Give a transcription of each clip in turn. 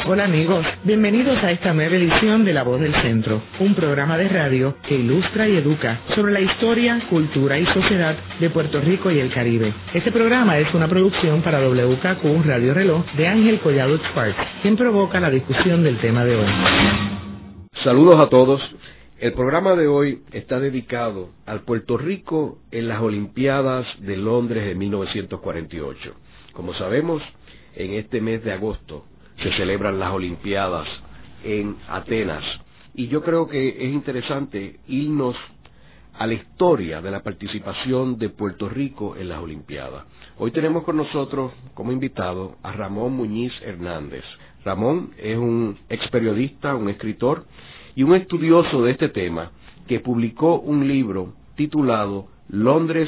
Hola amigos, bienvenidos a esta nueva edición de La Voz del Centro, un programa de radio que ilustra y educa sobre la historia, cultura y sociedad de Puerto Rico y el Caribe. Este programa es una producción para WKQ Radio Reloj de Ángel Collado Sparks, quien provoca la discusión del tema de hoy. Saludos a todos. El programa de hoy está dedicado al Puerto Rico en las Olimpiadas de Londres de 1948. Como sabemos, en este mes de agosto se celebran las Olimpiadas en Atenas y yo creo que es interesante irnos a la historia de la participación de Puerto Rico en las Olimpiadas. Hoy tenemos con nosotros como invitado a Ramón Muñiz Hernández. Ramón es un ex periodista, un escritor y un estudioso de este tema que publicó un libro titulado Londres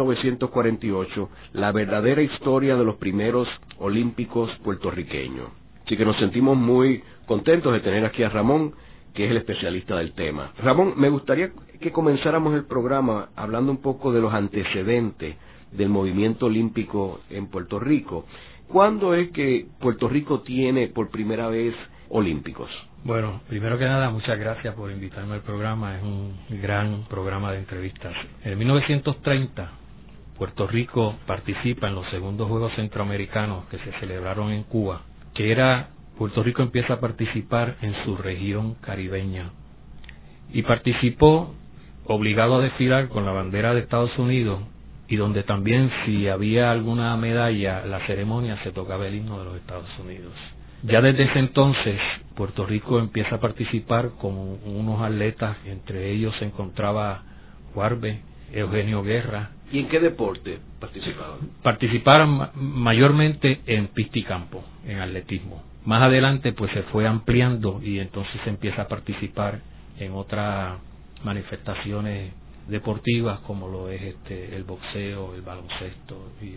1948, la verdadera historia de los primeros olímpicos puertorriqueños. Así que nos sentimos muy contentos de tener aquí a Ramón, que es el especialista del tema. Ramón, me gustaría que comenzáramos el programa hablando un poco de los antecedentes del movimiento olímpico en Puerto Rico. ¿Cuándo es que Puerto Rico tiene por primera vez olímpicos? Bueno, primero que nada, muchas gracias por invitarme al programa. Es un gran programa de entrevistas. En 1930, Puerto Rico participa en los segundos Juegos Centroamericanos que se celebraron en Cuba, Puerto Rico empieza a participar en su región caribeña y participó obligado a desfilar con la bandera de Estados Unidos y donde también si había alguna medalla, la ceremonia se tocaba el himno de los Estados Unidos. Ya desde ese entonces, Puerto Rico empieza a participar con unos atletas, entre ellos se encontraba Juarbe, Eugenio Guerra. ¿Y en qué deporte participaban? Participaron mayormente en pista y campo, en atletismo. Más adelante pues se fue ampliando y entonces se empieza a participar en otras manifestaciones deportivas como lo es el boxeo, el baloncesto y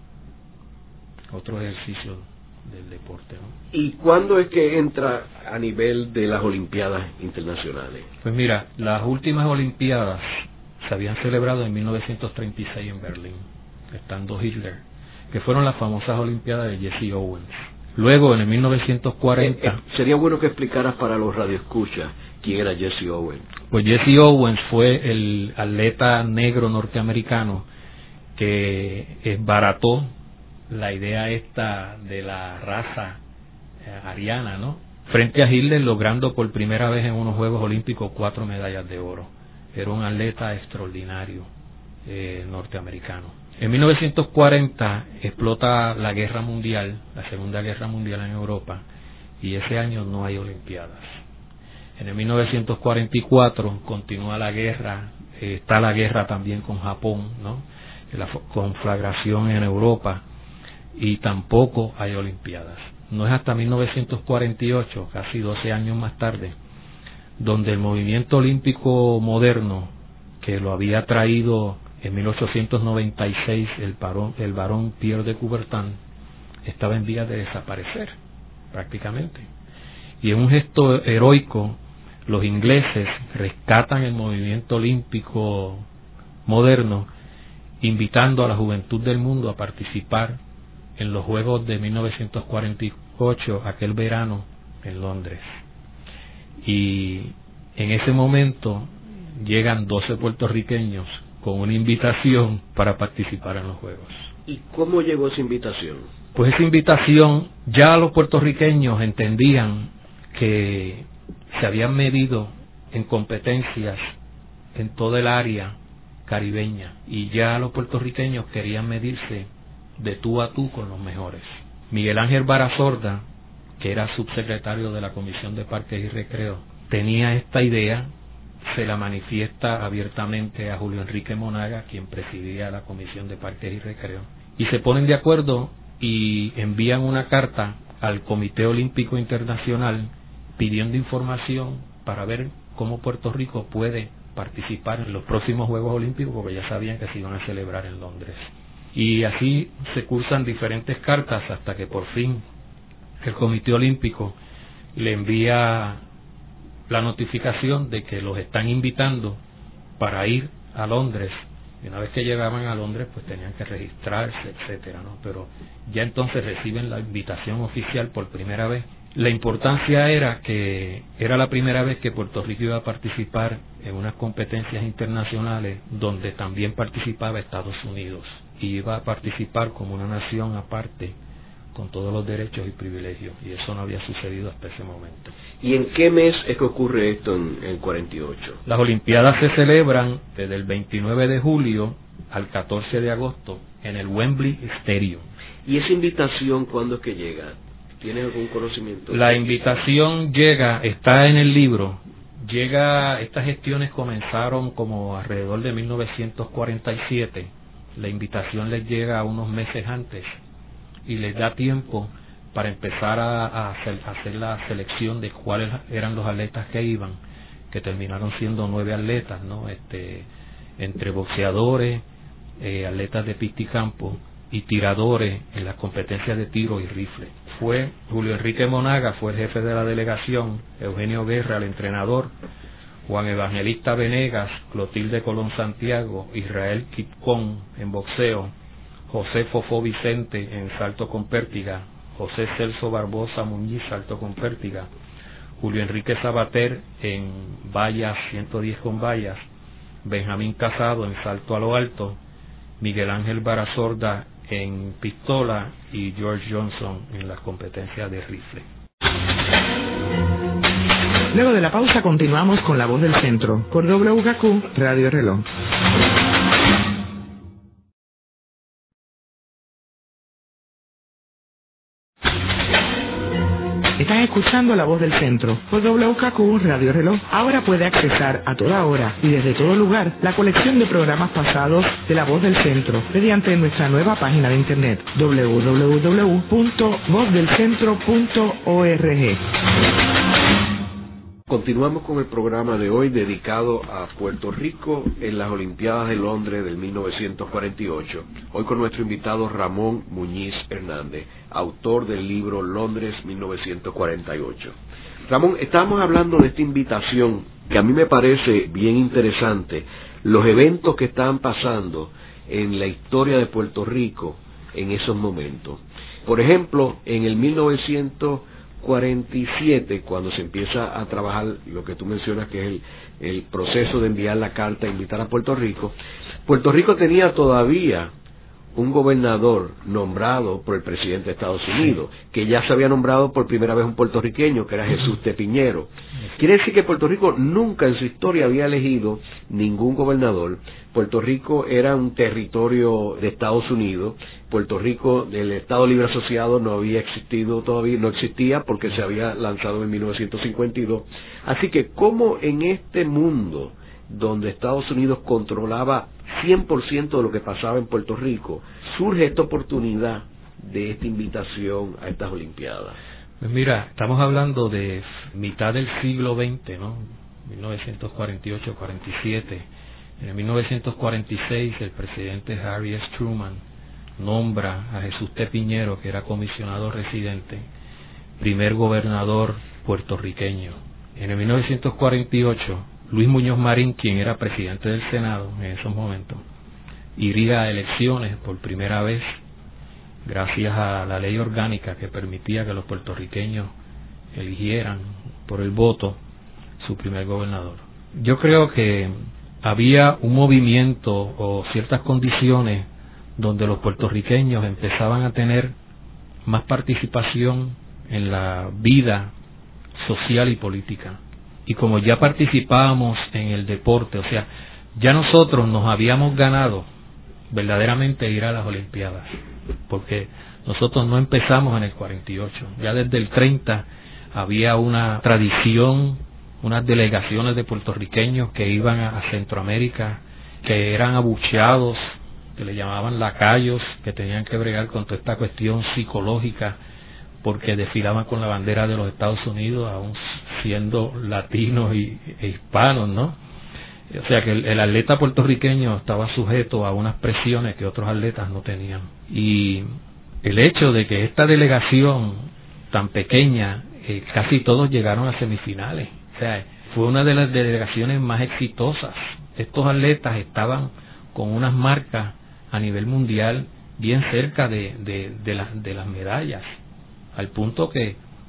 otros ejercicios del deporte, ¿no? ¿Y cuándo es que entra a nivel de las Olimpiadas internacionales? Pues mira, las últimas Olimpiadas se habían celebrado en 1936 en Berlín, estando Hitler, que fueron las famosas Olimpiadas de Jesse Owens. Luego, en el 1940... sería bueno que explicaras para los radioescuchas quién era Jesse Owens. Pues Jesse Owens fue el atleta negro norteamericano que esbarató la idea esta de la raza ariana, ¿no? Frente a Hitler, logrando por primera vez en unos Juegos Olímpicos 4 medallas de oro. Era un atleta extraordinario norteamericano. En 1940 explota la Guerra Mundial, la Segunda Guerra Mundial en Europa, y ese año no hay Olimpiadas. En el 1944 continúa la guerra, está la guerra también con Japón, ¿no? La conflagración en Europa, y tampoco hay Olimpiadas. No es hasta 1948, casi 12 años más tarde, donde el movimiento olímpico moderno, que lo había traído en 1896 el barón Pierre de Coubertin, estaba en vías de desaparecer prácticamente. Y en un gesto heroico, los ingleses rescatan el movimiento olímpico moderno, invitando a la juventud del mundo a participar en los Juegos de 1948, aquel verano en Londres. Y en ese momento llegan 12 puertorriqueños con una invitación para participar en los Juegos. ¿Y cómo llegó esa invitación? Pues esa invitación, ya los puertorriqueños entendían que se habían medido en competencias en toda el área caribeña y ya los puertorriqueños querían medirse de tú a tú con los mejores. Miguel Ángel Barazorda, que era subsecretario de la Comisión de Parques y Recreos, tenía esta idea, se la manifiesta abiertamente a Julio Enrique Monaga, quien presidía la Comisión de Parques y Recreos, y se ponen de acuerdo y envían una carta al Comité Olímpico Internacional pidiendo información para ver cómo Puerto Rico puede participar en los próximos Juegos Olímpicos, porque ya sabían que se iban a celebrar en Londres. Y así se cursan diferentes cartas hasta que por fin el Comité Olímpico le envía la notificación de que los están invitando para ir a Londres. Y una vez que llegaban a Londres, pues tenían que registrarse, etcétera, ¿no? Pero ya entonces reciben la invitación oficial por primera vez La importancia era que era la primera vez que Puerto Rico iba a participar en unas competencias internacionales donde también participaba Estados Unidos, y iba a participar como una nación aparte, con todos los derechos y privilegios, y eso no había sucedido hasta ese momento. ¿Y en qué mes es que ocurre esto en el 48? Las Olimpiadas se celebran desde el 29 de julio al 14 de agosto en el Wembley Stadium. ¿Y esa invitación cuándo es que llega? ¿Tienes algún conocimiento? La invitación llega, está en el libro. Estas gestiones comenzaron como alrededor de 1947. La invitación les llega unos meses antes y les da tiempo para empezar a hacer la selección de cuáles eran los atletas que iban, que terminaron siendo 9 atletas, ¿no? Entre boxeadores, atletas de pista y campo y tiradores en las competencias de tiro y rifle. Fue Julio Enrique Monaga, fue el jefe de la delegación, Eugenio Guerra, el entrenador, Juan Evangelista Venegas, Clotilde Colón Santiago, Israel Kipcón en boxeo, José Fofó Vicente en salto con pértiga, José Celso Barbosa Muñiz, salto con pértiga, Julio Enrique Sabater en vallas, 110 con vallas, Benjamín Casado en salto a lo alto, Miguel Ángel Barazorda en pistola y George Johnson en las competencias de rifle. Luego de la pausa continuamos con La Voz del Centro por WKQ Radio Reloj. Estás escuchando La Voz del Centro por WKQ Radio Reloj. Ahora puede accesar a toda hora y desde todo lugar la colección de programas pasados de La Voz del Centro mediante nuestra nueva página de internet www.vozdelcentro.org. Continuamos con el programa de hoy dedicado a Puerto Rico en las Olimpiadas de Londres del 1948. Hoy con nuestro invitado Ramón Muñiz Hernández, autor del libro Londres 1948. Ramón, estábamos hablando de esta invitación que a mí me parece bien interesante, los eventos que estaban pasando en la historia de Puerto Rico en esos momentos. Por ejemplo, en el 1947, cuando se empieza a trabajar lo que tú mencionas que es el proceso de enviar la carta, invitar a Puerto Rico tenía todavía un gobernador nombrado por el presidente de Estados Unidos, que ya se había nombrado por primera vez un puertorriqueño, que era Jesús T. Piñero. Quiere decir que Puerto Rico nunca en su historia había elegido ningún gobernador. Puerto Rico era un territorio de Estados Unidos. Puerto Rico, el Estado Libre Asociado no había existido todavía, no existía porque se había lanzado en 1952. Así que, ¿cómo en este mundo donde Estados Unidos controlaba 100% de lo que pasaba en Puerto Rico, surge esta oportunidad de esta invitación a estas Olimpiadas? Pues mira, estamos hablando de mitad del siglo XX, ¿no? 1948-47. En el 1946 el presidente Harry S. Truman nombra a Jesús T. Piñero, que era comisionado residente, primer gobernador puertorriqueño. En el 1948 Luis Muñoz Marín, quien era presidente del Senado en esos momentos, iría a elecciones por primera vez gracias a la ley orgánica que permitía que los puertorriqueños eligieran por el voto su primer gobernador. Yo creo que había un movimiento o ciertas condiciones donde los puertorriqueños empezaban a tener más participación en la vida social y política. Y como ya participábamos en el deporte, o sea, ya nosotros nos habíamos ganado verdaderamente ir a las Olimpiadas, porque nosotros no empezamos en el 48, ya desde el 30 había una tradición, unas delegaciones de puertorriqueños que iban a Centroamérica, que eran abucheados, que le llamaban lacayos, que tenían que bregar con toda esta cuestión psicológica, porque desfilaban con la bandera de los Estados Unidos, aún siendo latinos e hispanos, ¿no? O sea que el atleta puertorriqueño estaba sujeto a unas presiones que otros atletas no tenían. Y el hecho de que esta delegación tan pequeña, casi todos llegaron a semifinales. O sea, fue una de las delegaciones más exitosas. Estos atletas estaban con unas marcas a nivel mundial bien cerca de las medallas, al punto que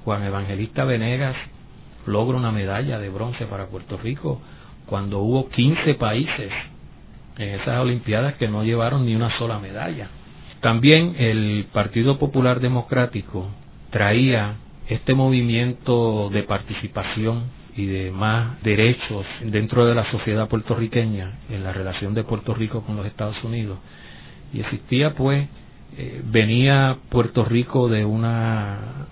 Juan Evangelista Venegas logra una medalla de bronce para Puerto Rico cuando hubo 15 países en esas Olimpiadas que no llevaron ni una sola medalla. También el Partido Popular Democrático traía este movimiento de participación y de más derechos dentro de la sociedad puertorriqueña en la relación de Puerto Rico con los Estados Unidos, y existía pues venía Puerto Rico de unos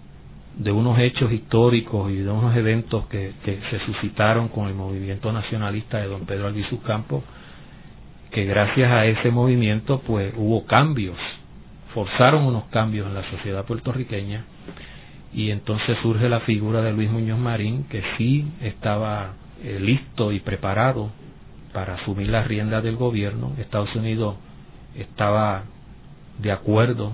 hechos históricos y de unos eventos que se suscitaron con el movimiento nacionalista de don Pedro Albizu Campos, que gracias a ese movimiento pues hubo cambios, forzaron unos cambios en la sociedad puertorriqueña, y entonces surge la figura de Luis Muñoz Marín, que sí estaba listo y preparado para asumir las riendas del gobierno. Estados Unidos estaba de acuerdo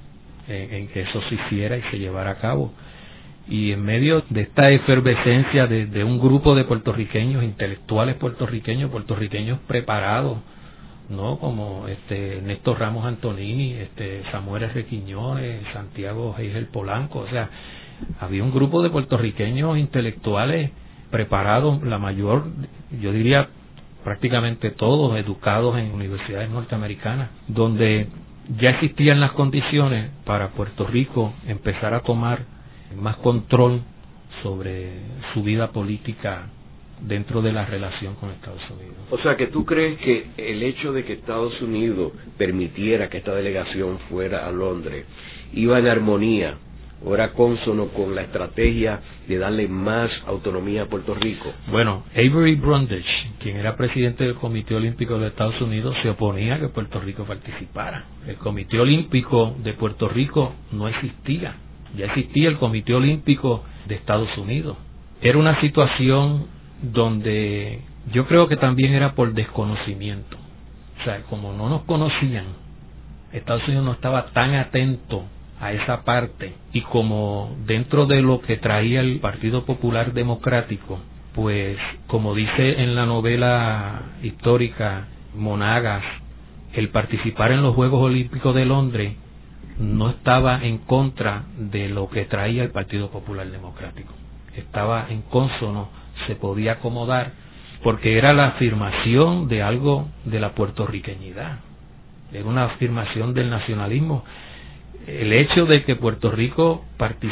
en que eso se hiciera y se llevara a cabo, y en medio de esta efervescencia de un grupo de puertorriqueños, intelectuales puertorriqueños preparados, ¿no? Como Néstor Ramos Antonini, Samuel R. Quiñones, Santiago Heigel Polanco, o sea, había un grupo de puertorriqueños intelectuales preparados, la mayor, yo diría prácticamente todos educados en universidades norteamericanas, donde ya existían las condiciones para Puerto Rico empezar a tomar más control sobre su vida política dentro de la relación con Estados Unidos. O sea, que tú crees que el hecho de que Estados Unidos permitiera que esta delegación fuera a Londres iba en armonía o era cónsono con la estrategia de darle más autonomía a Puerto Rico? Bueno, Avery Brundage, quien era presidente del Comité Olímpico de Estados Unidos, se oponía a que Puerto Rico participara. El Comité Olímpico de Puerto Rico no existía, ya existía el Comité Olímpico de Estados Unidos. Era una situación donde yo creo que también era por desconocimiento. O sea, como no nos conocían, Estados Unidos no estaba tan atento a esa parte, y como dentro de lo que traía el Partido Popular Democrático, pues como dice en la novela histórica Monagas, el participar en los Juegos Olímpicos de Londres no estaba en contra de lo que traía el Partido Popular Democrático, estaba en cónsono, se podía acomodar, porque era la afirmación de algo de la puertorriqueñidad, era una afirmación del nacionalismo. El hecho de que Puerto Rico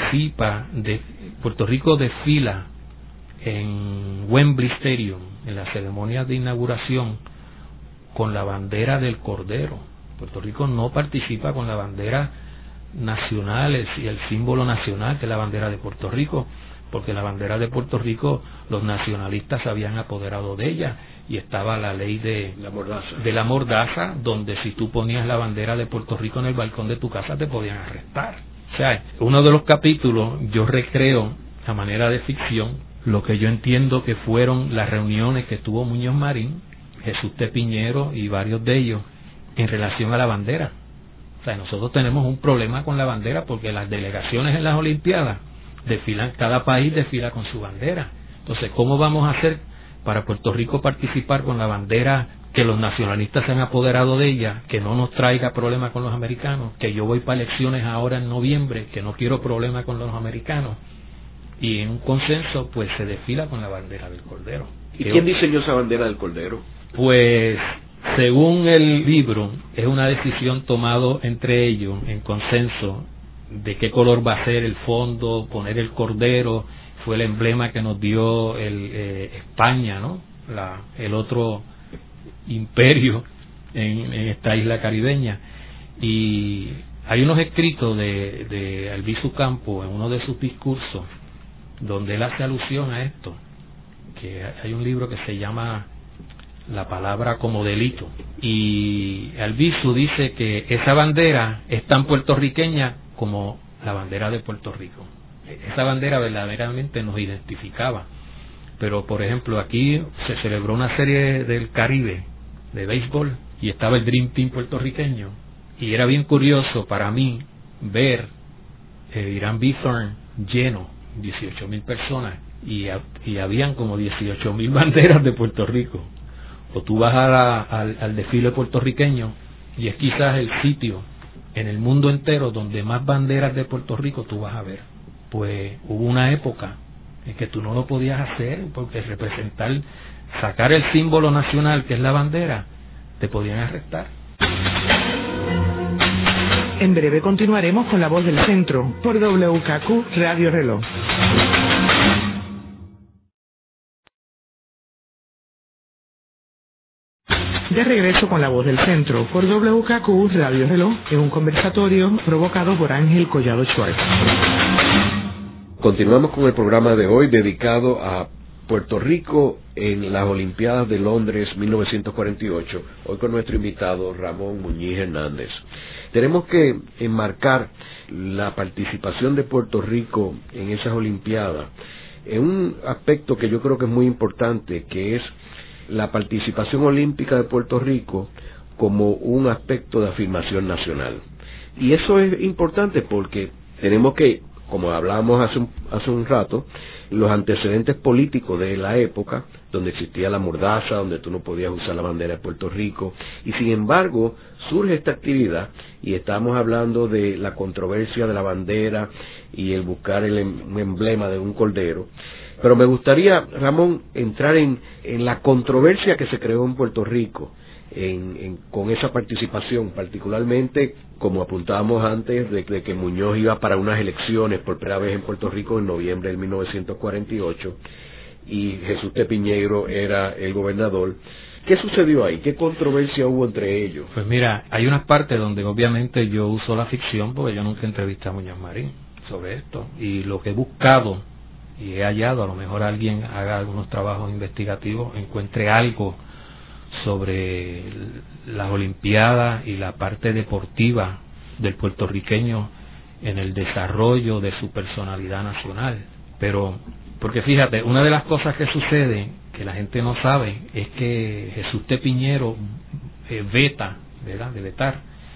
desfila en Wembley Stadium en la ceremonia de inauguración con la bandera del Cordero. Puerto Rico no participa con la bandera nacional y el símbolo nacional, que es la bandera de Puerto Rico, porque la bandera de Puerto Rico los nacionalistas se habían apoderado de ella, y estaba la ley de la mordaza, donde si tú ponías la bandera de Puerto Rico en el balcón de tu casa te podían arrestar. O sea, uno de los capítulos yo recreo a manera de ficción lo que yo entiendo que fueron las reuniones que tuvo Muñoz Marín, Jesús T. Piñero y varios de ellos en relación a la bandera. O sea, nosotros tenemos un problema con la bandera porque las delegaciones en las Olimpiadas desfilan, cada país desfila con su bandera. Entonces, ¿cómo vamos a hacer para Puerto Rico participar con la bandera que los nacionalistas se han apoderado de ella, que no nos traiga problemas con los americanos, que yo voy para elecciones ahora en noviembre, que no quiero problemas con los americanos? Y en un consenso pues se desfila con la bandera del Cordero. ¿Y quién diseñó esa bandera del Cordero? Pues según el libro es una decisión tomada entre ellos en consenso de qué color va a ser el fondo, poner el Cordero. Fue el emblema que nos dio España, ¿no? El otro imperio en esta isla caribeña. Y hay unos escritos de Albizu Campos en uno de sus discursos donde él hace alusión a esto, que hay un libro que se llama La palabra como delito, y Albizu dice que esa bandera es tan puertorriqueña como la bandera de Puerto Rico. Esa bandera verdaderamente nos identificaba. Pero por ejemplo aquí se celebró una serie del Caribe de béisbol y estaba el Dream Team puertorriqueño, y era bien curioso para mí ver Irán Bithorn lleno, 18,000 personas, y habían como 18,000 banderas de Puerto Rico. O tú vas al desfile puertorriqueño y es quizás el sitio en el mundo entero donde más banderas de Puerto Rico tú vas a ver. pues hubo una época en que tú no lo podías hacer, porque sacar el símbolo nacional, que es la bandera, te podían arrestar. En breve continuaremos con La Voz del Centro por WKQ Radio Reloj. De regreso con La Voz del Centro por WKQ Radio Reloj en un conversatorio provocado por Ángel Collado Schwartz. Continuamos con el programa de hoy dedicado a Puerto Rico en las Olimpiadas de Londres 1948, hoy con nuestro invitado Ramón Muñiz Hernández. Tenemos que enmarcar la participación de Puerto Rico en esas Olimpiadas en un aspecto que yo creo que es muy importante, que es la participación olímpica de Puerto Rico como un aspecto de afirmación nacional. Y eso es importante porque tenemos que, como hablábamos hace un rato, los antecedentes políticos de la época, donde existía la mordaza, donde tú no podías usar la bandera de Puerto Rico, y sin embargo surge esta actividad, y estamos hablando de la controversia de la bandera y el buscar un emblema de un cordero. Pero me gustaría, Ramón, entrar en la controversia que se creó en Puerto Rico con esa participación, particularmente como apuntábamos antes de que Muñoz iba para unas elecciones por primera vez en Puerto Rico en noviembre del 1948 y Jesús T. Piñeiro era el gobernador. ¿Qué sucedió ahí? ¿Qué controversia hubo entre ellos? Pues mira, hay unas partes donde obviamente yo uso la ficción, porque yo nunca entrevisté a Muñoz Marín sobre esto, y lo que he buscado y he hallado, a lo mejor alguien haga algunos trabajos investigativos, encuentre algo sobre las Olimpiadas y la parte deportiva del puertorriqueño en el desarrollo de su personalidad nacional. Pero, porque fíjate, una de las cosas que sucede, que la gente no sabe, es que Jesús T. Piñeiro veta, ¿verdad?, de vetar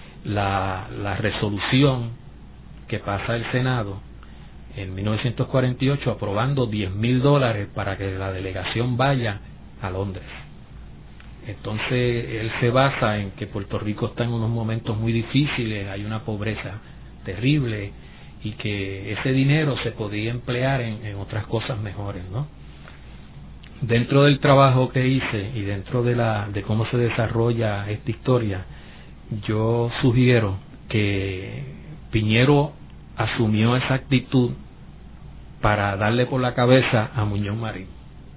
la resolución que pasa el Senado en 1948 aprobando $10,000 para que la delegación vaya a Londres. Entonces él se basa en que Puerto Rico está en unos momentos muy difíciles, hay una pobreza terrible y que ese dinero se podía emplear en otras cosas mejores, ¿no? Dentro del trabajo que hice y dentro de cómo se desarrolla esta historia, yo sugiero que Piñero asumió esa actitud para darle por la cabeza a Muñoz Marín,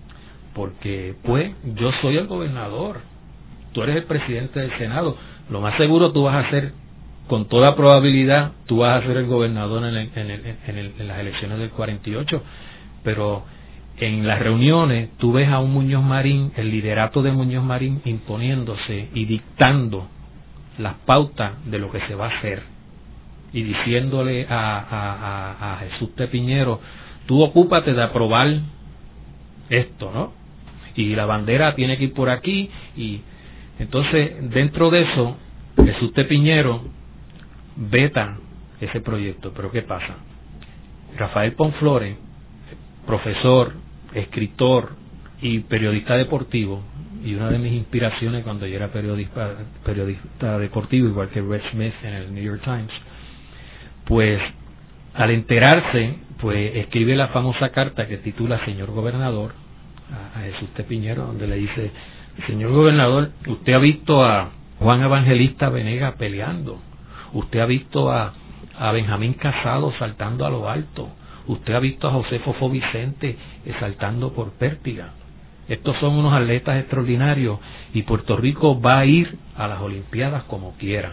porque pues yo soy el gobernador, tú eres el presidente del Senado, lo más seguro tú vas a ser, con toda probabilidad, tú vas a ser el gobernador en las elecciones del 48, pero en las reuniones tú ves a un Muñoz Marín, el liderato de Muñoz Marín imponiéndose y dictando las pautas de lo que se va a hacer y diciéndole a Jesús T. Piñero, tú ocúpate de aprobar esto, ¿no? Y la bandera tiene que ir por aquí. Y entonces dentro de eso Jesús T. Piñero veta ese proyecto. Pero ¿qué pasa? Rafael Ponflores, profesor, escritor y periodista deportivo, y una de mis inspiraciones cuando yo era periodista deportivo, igual que Red Smith en el New York Times, pues al enterarse, pues escribe la famosa carta que titula Señor Gobernador a Jesús T. Piñero, donde le dice: señor gobernador, usted ha visto a Juan Evangelista Venegas peleando, usted ha visto a Benjamín Casado saltando a lo alto, usted ha visto a José Fofó Vicente saltando por pértiga. Estos son unos atletas extraordinarios y Puerto Rico va a ir a las Olimpiadas como quiera.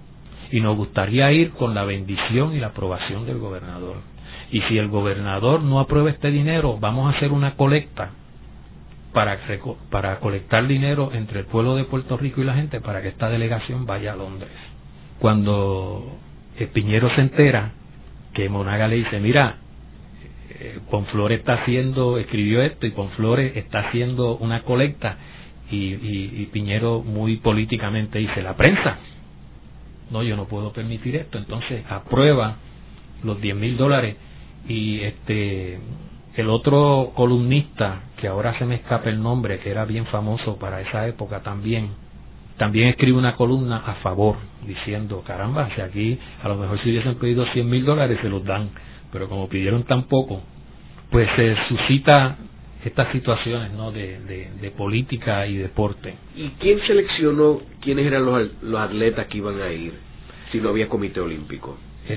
Y nos gustaría ir con la bendición y la aprobación del gobernador. Y si el gobernador no aprueba este dinero, vamos a hacer una colecta para colectar dinero entre el pueblo de Puerto Rico y la gente para que esta delegación vaya a Londres. Cuando Piñero se entera que Monaga le dice: mira, Ponflores escribió esto y Ponflores está haciendo una colecta, y Piñero muy políticamente dice: la prensa, no, yo no puedo permitir esto. Entonces aprueba los $10,000 y el otro columnista, que ahora se me escapa el nombre, que era bien famoso para esa época también escribe una columna a favor, diciendo: caramba, si aquí a lo mejor si hubiesen pedido $100,000 se los dan, pero como pidieron tan poco, pues se suscita estas situaciones, ¿no?, de política y deporte. ¿Y quién seleccionó quiénes eran los atletas que iban a ir si no había comité olímpico?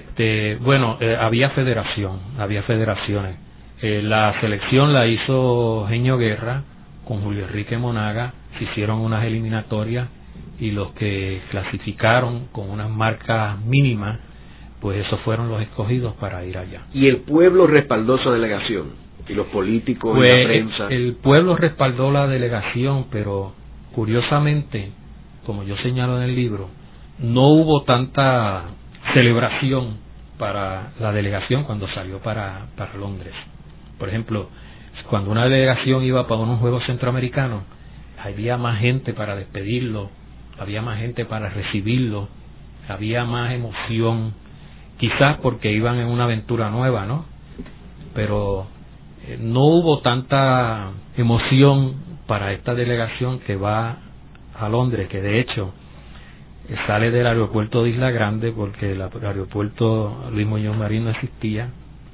Había federaciones. La selección la hizo Genio Guerra con Julio Enrique Monaga, se hicieron unas eliminatorias y los que clasificaron con unas marcas mínimas, pues esos fueron los escogidos para ir allá. ¿Y el pueblo respaldó esa delegación? ¿Y los políticos y la prensa? El pueblo respaldó la delegación, pero curiosamente, como yo señalo en el libro, no hubo tanta celebración para la delegación cuando salió para Londres. Por ejemplo, cuando una delegación iba para unos Juegos Centroamericanos, había más gente para despedirlo, había más gente para recibirlo, había más emoción, quizás porque iban en una aventura nueva, ¿no? Pero no hubo tanta emoción para esta delegación que va a Londres, que de hecho sale del aeropuerto de Isla Grande, porque el aeropuerto Luis Muñoz Marín no existía.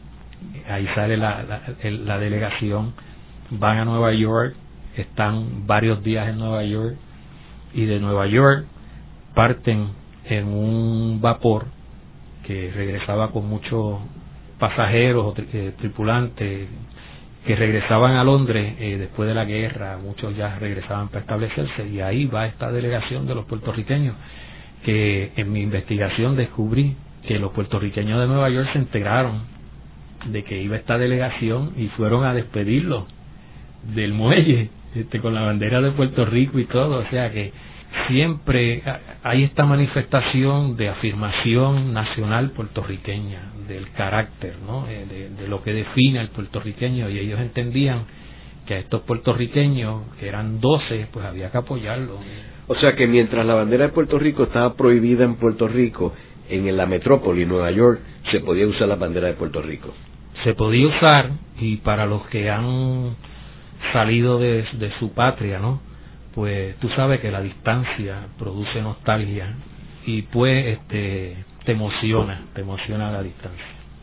Ahí sale la delegación, van a Nueva York, están varios días en Nueva York, y de Nueva York parten en un vapor que regresaba con muchos pasajeros o tripulantes que regresaban a Londres después de la guerra. Muchos ya regresaban para establecerse, y ahí va esta delegación de los puertorriqueños, que en mi investigación descubrí que los puertorriqueños de Nueva York se enteraron de que iba esta delegación y fueron a despedirlo del muelle con la bandera de Puerto Rico y todo. O sea que siempre hay esta manifestación de afirmación nacional puertorriqueña, del carácter, ¿no?, de lo que define al puertorriqueño, y ellos entendían que a estos puertorriqueños, que eran 12, pues había que apoyarlos. O sea que mientras la bandera de Puerto Rico estaba prohibida en Puerto Rico, en la metrópoli, Nueva York, se podía usar la bandera de Puerto Rico. Se podía usar, y para los que han salido de su patria, ¿no?, pues tú sabes que la distancia produce nostalgia, y pues te emociona la distancia.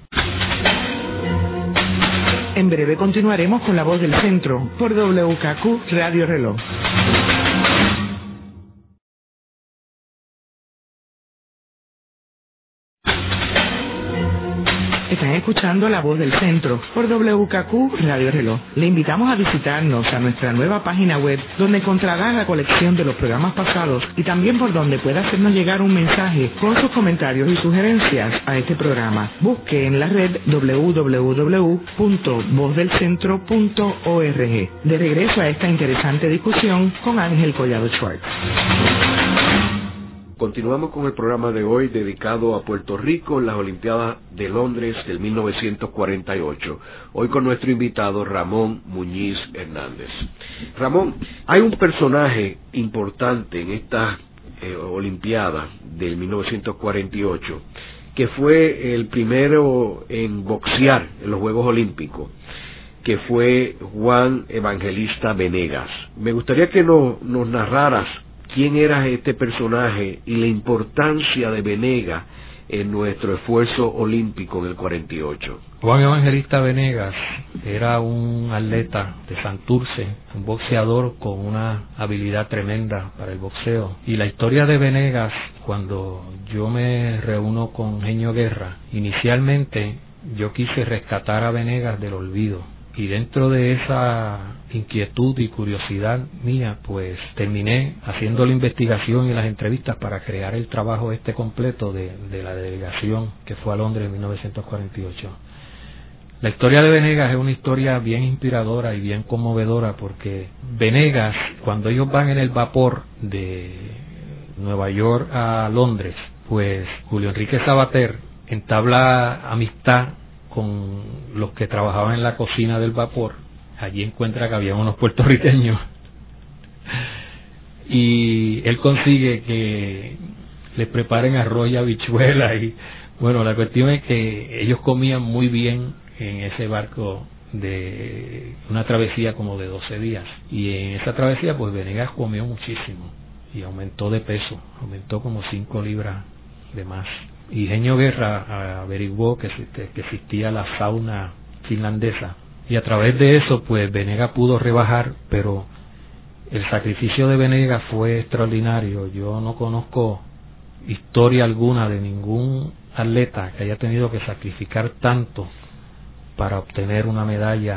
En breve continuaremos con La Voz del Centro por WKQ Radio Reloj. Están escuchando La Voz del Centro por WKQ Radio Reloj. Le invitamos a visitarnos a nuestra nueva página web, donde encontrará la colección de los programas pasados, y también por donde pueda hacernos llegar un mensaje con sus comentarios y sugerencias a este programa. Busque en la red www.vozdelcentro.org. De regreso a esta interesante discusión con Ángel Collado Schwartz. Continuamos con el programa de hoy dedicado a Puerto Rico en las Olimpiadas de Londres del 1948. Hoy con nuestro invitado Ramón Muñiz Hernández. Ramón, hay un personaje importante en estas Olimpiadas del 1948 que fue el primero en boxear en los Juegos Olímpicos, que fue Juan Evangelista Venegas. Me gustaría que nos narraras quién era este personaje y la importancia de Venegas en nuestro esfuerzo olímpico en el 48. Juan Evangelista Venegas era un atleta de Santurce, un boxeador con una habilidad tremenda para el boxeo. Y la historia de Venegas, cuando yo me reúno con Genio Guerra, inicialmente yo quise rescatar a Venegas del olvido. Y dentro de esa inquietud y curiosidad mía, pues terminé haciendo la investigación y las entrevistas para crear el trabajo completo de la delegación que fue a Londres en 1948. La historia de Venegas es una historia bien inspiradora y bien conmovedora, porque Venegas, cuando ellos van en el vapor de Nueva York a Londres, pues Julio Enrique Sabater entabla amistad con los que trabajaban en la cocina del vapor. Allí encuentra que había unos puertorriqueños y él consigue que le preparen arroz y habichuelas, y bueno, la cuestión es que ellos comían muy bien en ese barco de una travesía como de 12 días, y en esa travesía pues Venegas comió muchísimo y aumentó de peso, aumentó como 5 libras de más. y Genio Guerra averiguó que existía la sauna finlandesa, y a través de eso pues Venegas pudo rebajar, pero el sacrificio de Venegas fue extraordinario. Yo no conozco historia alguna de ningún atleta que haya tenido que sacrificar tanto para obtener una medalla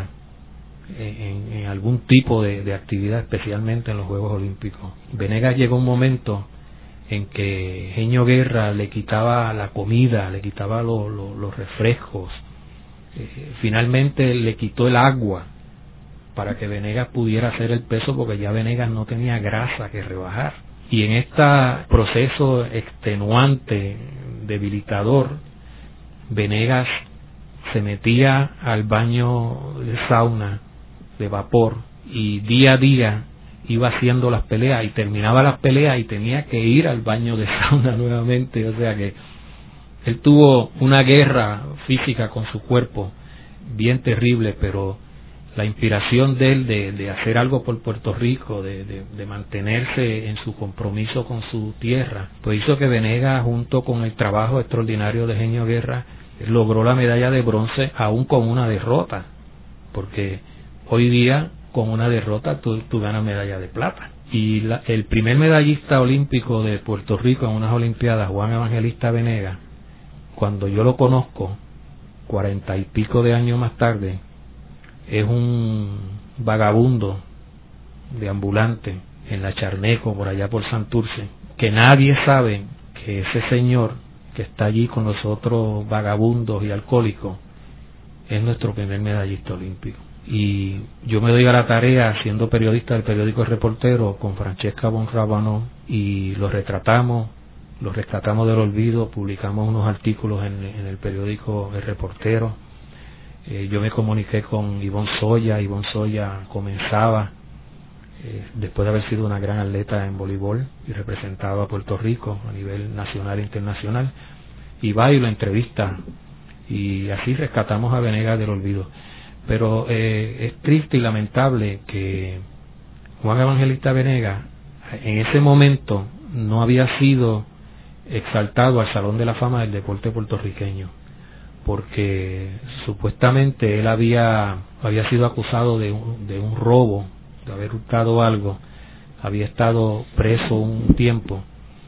en algún tipo de actividad, especialmente en los Juegos Olímpicos. Venegas llegó un momento en que Genio Guerra le quitaba la comida, le quitaba los refrescos, finalmente le quitó el agua para que Venegas pudiera hacer el peso, porque ya Venegas no tenía grasa que rebajar. Y en este proceso extenuante, debilitador, Venegas se metía al baño de sauna de vapor y día a día iba haciendo las peleas, y terminaba las peleas y tenía que ir al baño de sauna nuevamente. O sea que él tuvo una guerra física con su cuerpo bien terrible, pero la inspiración de él de hacer algo por Puerto Rico, de mantenerse en su compromiso con su tierra, pues hizo que Venegas, junto con el trabajo extraordinario de Genio Guerra, logró la medalla de bronce aún con una derrota, porque hoy día con una derrota tú ganas medalla de plata. Y el primer medallista olímpico de Puerto Rico en unas Olimpiadas, Juan Evangelista Venegas, cuando yo lo conozco 40 y pico de años más tarde, es un vagabundo de ambulante en la Charneco, por allá por Santurce, que nadie sabe que ese señor que está allí con los otros vagabundos y alcohólicos es nuestro primer medallista olímpico. Y yo me doy a la tarea, siendo periodista del periódico El Reportero, con Francesca Bonrabanó, y lo rescatamos del olvido, publicamos unos artículos en el periódico El Reportero. Yo me comuniqué con Ivonne Soya comenzaba, después de haber sido una gran atleta en voleibol y representaba a Puerto Rico a nivel nacional e internacional, y va y lo entrevista, y así rescatamos a Venegas del olvido. Pero es triste y lamentable que Juan Evangelista Venegas en ese momento no había sido exaltado al Salón de la Fama del Deporte Puertorriqueño, porque supuestamente él había sido acusado de un robo, de haber hurtado algo, había estado preso un tiempo,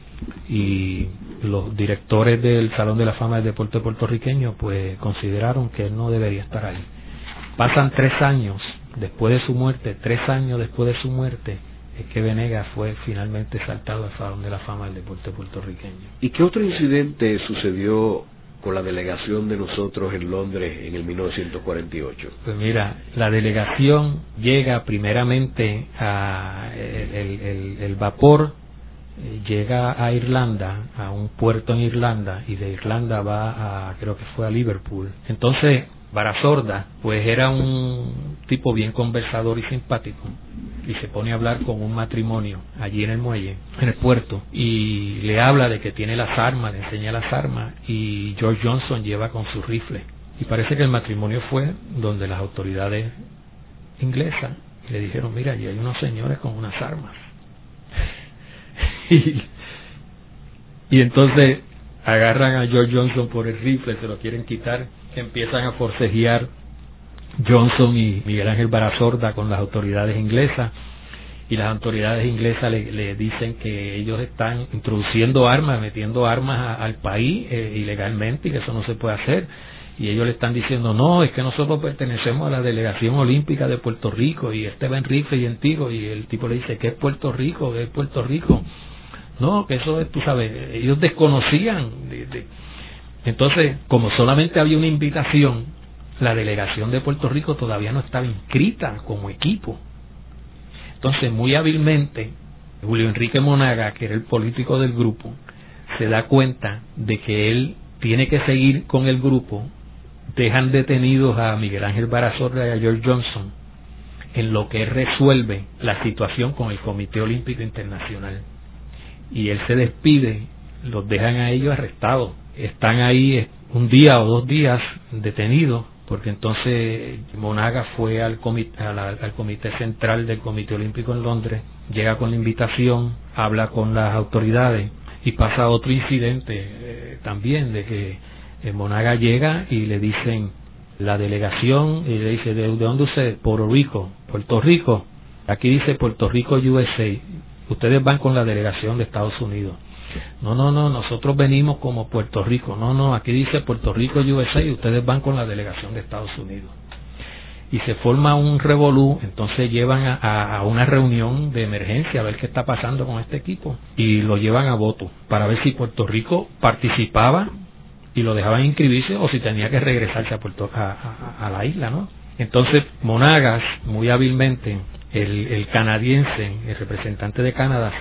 y los directores del Salón de la Fama del Deporte Puertorriqueño pues consideraron que él no debería estar ahí. Pasan 3 años después de su muerte, 3 años después de su muerte, es que Venegas fue finalmente exaltado al Salón de la Fama del Deporte Puertorriqueño. ¿Y qué otro incidente sucedió con la delegación de nosotros en Londres en el 1948? Pues mira, la delegación llega primeramente a el vapor, llega a Irlanda, a un puerto en Irlanda, y de Irlanda va creo que fue a Liverpool. Entonces Barazorda pues era un tipo bien conversador y simpático, y se pone a hablar con un matrimonio allí en el muelle, en el puerto, y le habla de que tiene las armas, le enseña las armas, y George Johnson lleva con su rifle, y parece que el matrimonio fue donde las autoridades inglesas le dijeron: mira, allí hay unos señores con unas armas. y entonces agarran a George Johnson por el rifle, se lo quieren quitar, empiezan a forcejear Johnson y Miguel Ángel Barazorda con las autoridades inglesas, y las autoridades inglesas le dicen que ellos están introduciendo armas, metiendo armas al país ilegalmente, y que eso no se puede hacer, y ellos le están diciendo: no, es que nosotros pertenecemos a la delegación olímpica de Puerto Rico, y este va en rifle y en tiro, y el tipo le dice: ¿qué es Puerto Rico? ¿Qué es Puerto Rico? No, que eso es, tú sabes, ellos desconocían. Entonces, como solamente había una invitación, la delegación de Puerto Rico todavía no estaba inscrita como equipo. Entonces, muy hábilmente, Julio Enrique Monaga, que era el político del grupo, se da cuenta de que él tiene que seguir con el grupo. Dejan detenidos a Miguel Ángel Barazorda y a George Johnson, en lo que él resuelve la situación con el Comité Olímpico Internacional. Y él se despide, los dejan a ellos arrestados. Están ahí un día o 2 días detenidos, porque entonces Monaga fue al comité central del Comité Olímpico en Londres, llega con la invitación, habla con las autoridades, Y pasa otro incidente también, de que Monaga llega y le dicen, la delegación, y le dice, ¿de dónde usted? Puerto Rico. Aquí dice Puerto Rico USA. Ustedes van con la delegación de Estados Unidos. No, nosotros venimos como Puerto Rico. No, aquí dice Puerto Rico USA y ustedes van con la delegación de Estados Unidos. Y se forma un revolú, entonces llevan a una reunión de emergencia a ver qué está pasando con este equipo y lo llevan a voto para ver si Puerto Rico participaba y lo dejaban inscribirse o si tenía que regresarse a la isla, ¿no? Entonces Monagas, muy hábilmente, el canadiense, el representante de Canadá,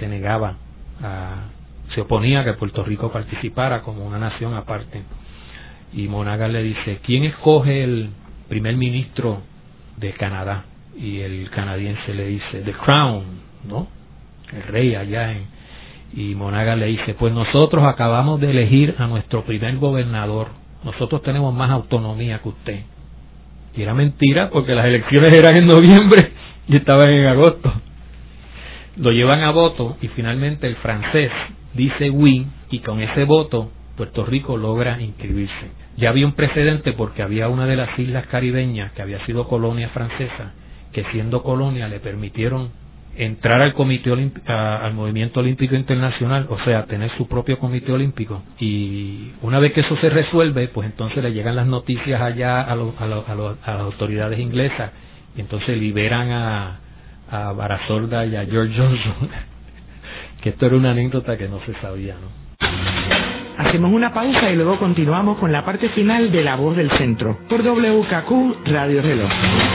se oponía a que Puerto Rico participara como una nación aparte. Y Monagas le dice, ¿quién escoge el primer ministro de Canadá? Y el canadiense le dice, The Crown, ¿no? El rey allá y Monagas le dice, pues nosotros acabamos de elegir a nuestro primer gobernador, nosotros tenemos más autonomía que usted. Y era mentira, porque las elecciones eran en noviembre y estaban en agosto. Lo llevan a voto y finalmente el francés dice oui, y con ese voto Puerto Rico logra inscribirse. Ya había un precedente porque había una de las islas caribeñas que había sido colonia francesa, que siendo colonia le permitieron entrar al al movimiento olímpico internacional, o sea, tener su propio comité olímpico. Y una vez que eso se resuelve, pues entonces le llegan las noticias allá a las autoridades inglesas, y entonces liberan a Barasolda y a George Johnson. Que esto era una anécdota que no se sabía, ¿no? Hacemos una pausa y luego continuamos con la parte final de La Voz del Centro por WKQ Radio Reloj.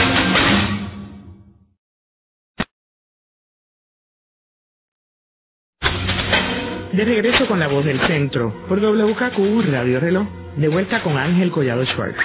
De regreso con La Voz del Centro por WKQ Radio Reloj, de vuelta con Ángel Collado Schwartz.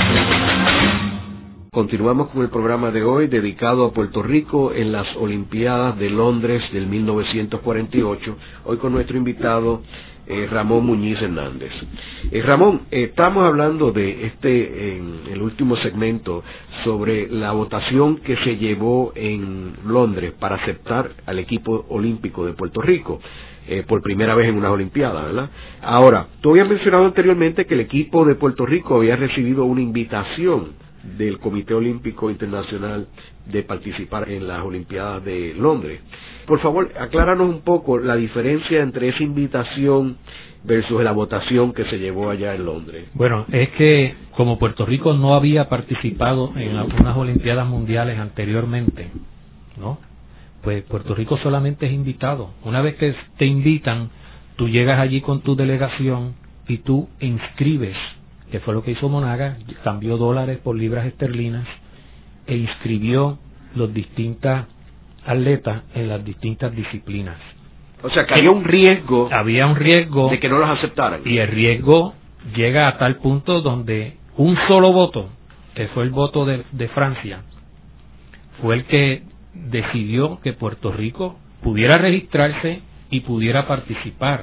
Continuamos con el programa de hoy dedicado a Puerto Rico en las Olimpiadas de Londres del 1948, hoy con nuestro invitado Ramón Muñiz Hernández. Ramón, estamos hablando de en el último segmento sobre la votación que se llevó en Londres para aceptar al equipo olímpico de Puerto Rico. Por primera vez en unas Olimpiadas, ¿verdad? Ahora, tú habías mencionado anteriormente que el equipo de Puerto Rico había recibido una invitación del Comité Olímpico Internacional de participar en las Olimpiadas de Londres. Por favor, acláranos un poco la diferencia entre esa invitación versus la votación que se llevó allá en Londres. Bueno, es que como Puerto Rico no había participado en algunas Olimpiadas mundiales anteriormente, ¿no? Pues Puerto Rico solamente es invitado. Una vez que te invitan, tú llegas allí con tu delegación y tú inscribes, que fue lo que hizo Monagas, cambió dólares por libras esterlinas e inscribió los distintas atletas en las distintas disciplinas. O sea que había un riesgo de que no los aceptaran. Y el riesgo llega a tal punto donde un solo voto, que fue el voto de Francia, fue el que decidió que Puerto Rico pudiera registrarse y pudiera participar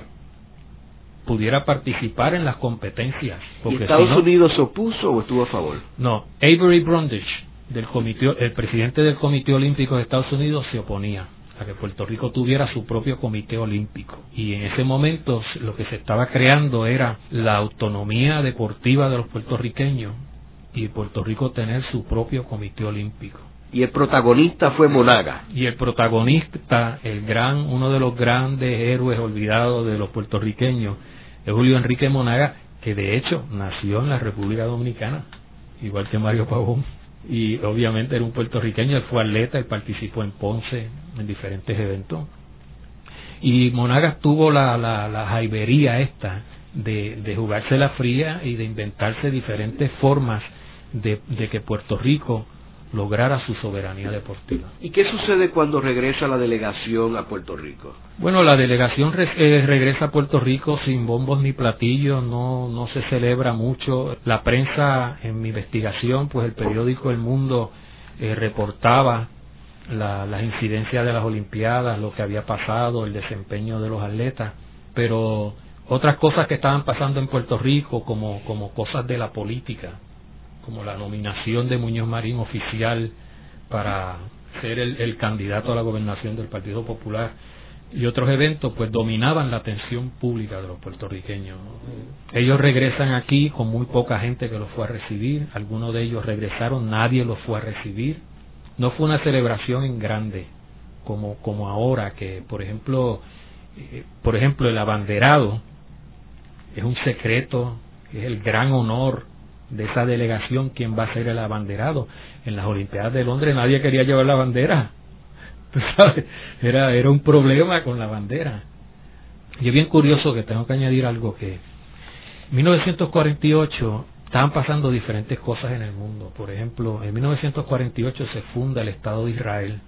en las competencias. ¿Y Estados Unidos se opuso o estuvo a favor? No, Avery Brundage, el presidente del Comité Olímpico de Estados Unidos, se oponía a que Puerto Rico tuviera su propio comité olímpico. Y en ese momento lo que se estaba creando era la autonomía deportiva de los puertorriqueños y Puerto Rico tener su propio comité olímpico. Y el protagonista fue Monagas. Y el protagonista, uno de los grandes héroes olvidados de los puertorriqueños, es Julio Enrique Monagas, que de hecho nació en la República Dominicana, igual que Mario Pavón. Y obviamente era un puertorriqueño, él fue atleta, él participó en Ponce, en diferentes eventos. Y Monagas tuvo la jaibería esta de jugarse la fría y de inventarse diferentes formas de que Puerto Rico lograra su soberanía deportiva. ¿Y qué sucede cuando regresa la delegación a Puerto Rico? Bueno, la delegación regresa a Puerto Rico sin bombos ni platillos, no se celebra mucho. La prensa, en mi investigación, pues el periódico El Mundo reportaba las incidencias de las Olimpiadas, lo que había pasado, el desempeño de los atletas, pero otras cosas que estaban pasando en Puerto Rico, como cosas de la política, como la nominación de Muñoz Marín oficial para ser el candidato a la gobernación del Partido Popular, y otros eventos pues dominaban la atención pública de los puertorriqueños. Ellos regresan aquí con muy poca gente que los fue a recibir, algunos de ellos regresaron, nadie los fue a recibir. No fue una celebración en grande como ahora, que por ejemplo el abanderado es un secreto, es el gran honor de esa delegación, quién va a ser el abanderado. En las Olimpiadas de Londres nadie quería llevar la bandera, tú sabes, era un problema con la bandera. Y es bien curioso que tengo que añadir algo, que en 1948 estaban pasando diferentes cosas en el mundo. Por ejemplo, en 1948 se funda el Estado de Israel.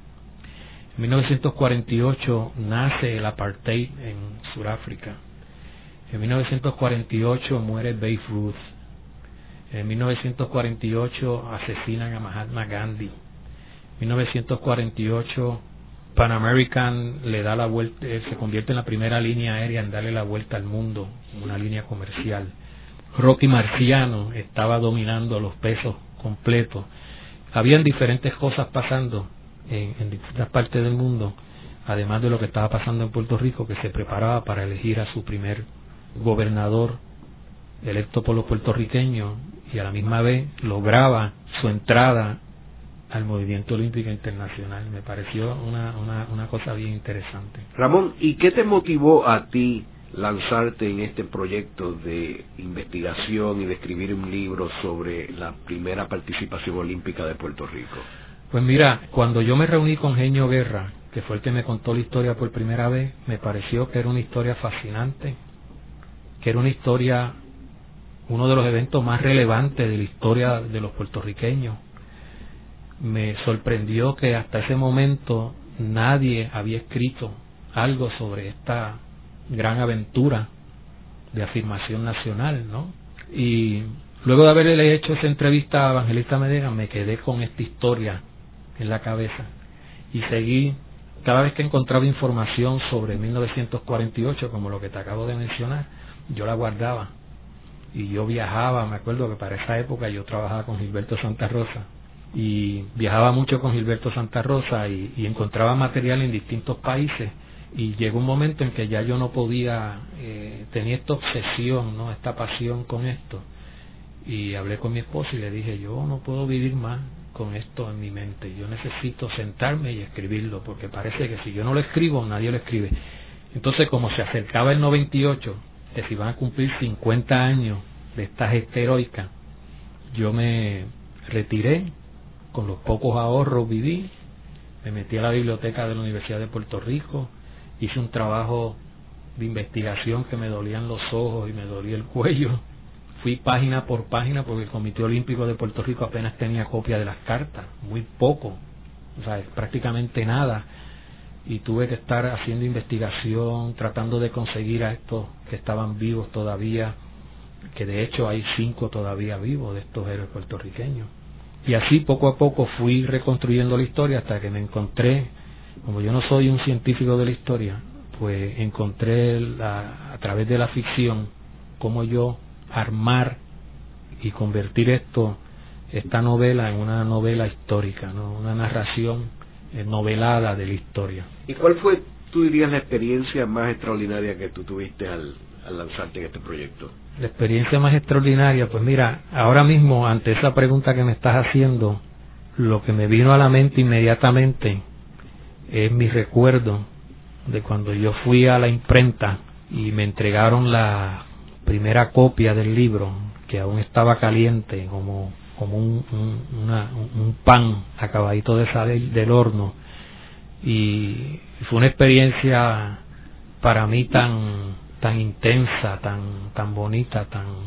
En 1948 nace el apartheid en Sudáfrica. En 1948 muere Babe Ruth. En 1948 asesinan a Mahatma Gandhi. En 1948 Pan American le da la vuelta, se convierte en la primera línea aérea en darle la vuelta al mundo, una línea comercial. Rocky Marciano estaba dominando los pesos completos. Habían diferentes cosas pasando en distintas partes del mundo, además de lo que estaba pasando en Puerto Rico, que se preparaba para elegir a su primer gobernador electo por los puertorriqueños, y a la misma vez lograba su entrada al movimiento olímpico internacional. Me pareció una cosa bien interesante. Ramón, ¿y qué te motivó a ti lanzarte en este proyecto de investigación y de escribir un libro sobre la primera participación olímpica de Puerto Rico? Pues mira, cuando yo me reuní con Genio Guerra, que fue el que me contó la historia por primera vez, me pareció que era una historia fascinante, que era una historia, uno de los eventos más relevantes de la historia de los puertorriqueños. Me sorprendió que hasta ese momento nadie había escrito algo sobre esta gran aventura de afirmación nacional, ¿no? Y luego de haberle hecho esa entrevista a Evangelista Medina, me quedé con esta historia en la cabeza y seguí. Cada vez que encontraba información sobre 1948, como lo que te acabo de mencionar, yo la guardaba y yo viajaba. Me acuerdo que para esa época yo trabajaba con Gilberto Santa Rosa y viajaba mucho con Gilberto Santa Rosa y encontraba material en distintos países, y llegó un momento en que ya yo no podía, tenía esta obsesión, ¿no?, esta pasión con esto, y hablé con mi esposo y le dije, yo no puedo vivir más con esto en mi mente, yo necesito sentarme y escribirlo, porque parece que si yo no lo escribo, nadie lo escribe. Entonces, como se acercaba el 98, que se iban a cumplir 50 años de esta gesta heroica, yo me retiré, con los pocos ahorros viví, me metí a la biblioteca de la Universidad de Puerto Rico, hice un trabajo de investigación que me dolían los ojos y me dolía el cuello. Fui página por página, porque el Comité Olímpico de Puerto Rico apenas tenía copia de las cartas, muy poco, o sea, prácticamente nada, y tuve que estar haciendo investigación, tratando de conseguir a estos que estaban vivos todavía, que de hecho hay 5 todavía vivos de estos héroes puertorriqueños. Y así poco a poco fui reconstruyendo la historia hasta que me encontré, como yo no soy un científico de la historia, pues encontré a través de la ficción cómo yo armar y convertir esta novela en una novela histórica, ¿no?, una narración novelada de la historia. ¿Y cuál fue, tú dirías, la experiencia más extraordinaria que tú tuviste al lanzarte en este proyecto? La experiencia más extraordinaria, pues mira, ahora mismo ante esa pregunta que me estás haciendo, lo que me vino a la mente inmediatamente es mi recuerdo de cuando yo fui a la imprenta y me entregaron la primera copia del libro, que aún estaba caliente, como un pan acabadito de salir del horno, y fue una experiencia para mí tan intensa, tan bonita,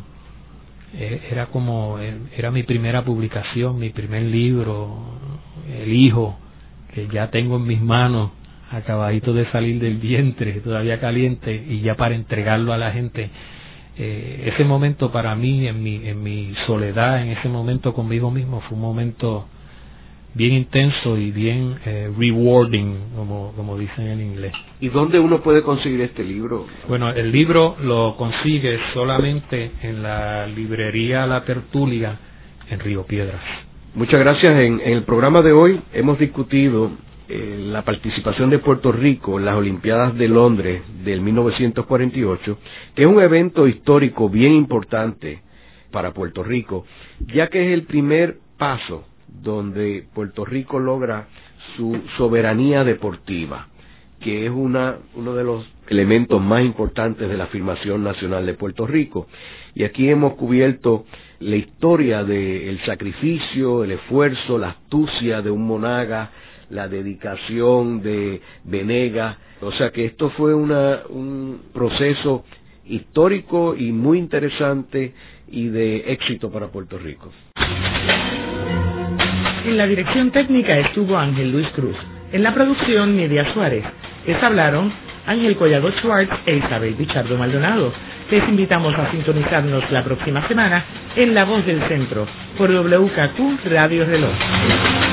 era mi primera publicación, mi primer libro, El Hijo, que ya tengo en mis manos, acabadito de salir del vientre, todavía caliente, y ya para entregarlo a la gente. Ese momento para mí, en mi soledad, en ese momento conmigo mismo, fue un momento bien intenso y bien rewarding, como dicen en inglés. ¿Y dónde uno puede conseguir este libro? Bueno, el libro lo consigue solamente en la librería La Tertulia en Río Piedras. Muchas gracias. En el programa de hoy hemos discutido la participación de Puerto Rico en las Olimpiadas de Londres del 1948, que es un evento histórico bien importante para Puerto Rico, ya que es el primer paso donde Puerto Rico logra su soberanía deportiva, que es uno de los elementos más importantes de la afirmación nacional de Puerto Rico. Y aquí hemos cubierto la historia del sacrificio, el esfuerzo, la astucia de un Monaga, la dedicación de Venegas. O sea que esto fue un proceso histórico y muy interesante y de éxito para Puerto Rico. En la dirección técnica estuvo Ángel Luis Cruz. En la producción, Nidia Suárez. Les hablaron Ángel Collado Schwartz e Isabel Pichardo Maldonado. Les invitamos a sintonizarnos la próxima semana en La Voz del Centro por WKQ Radio Reloj.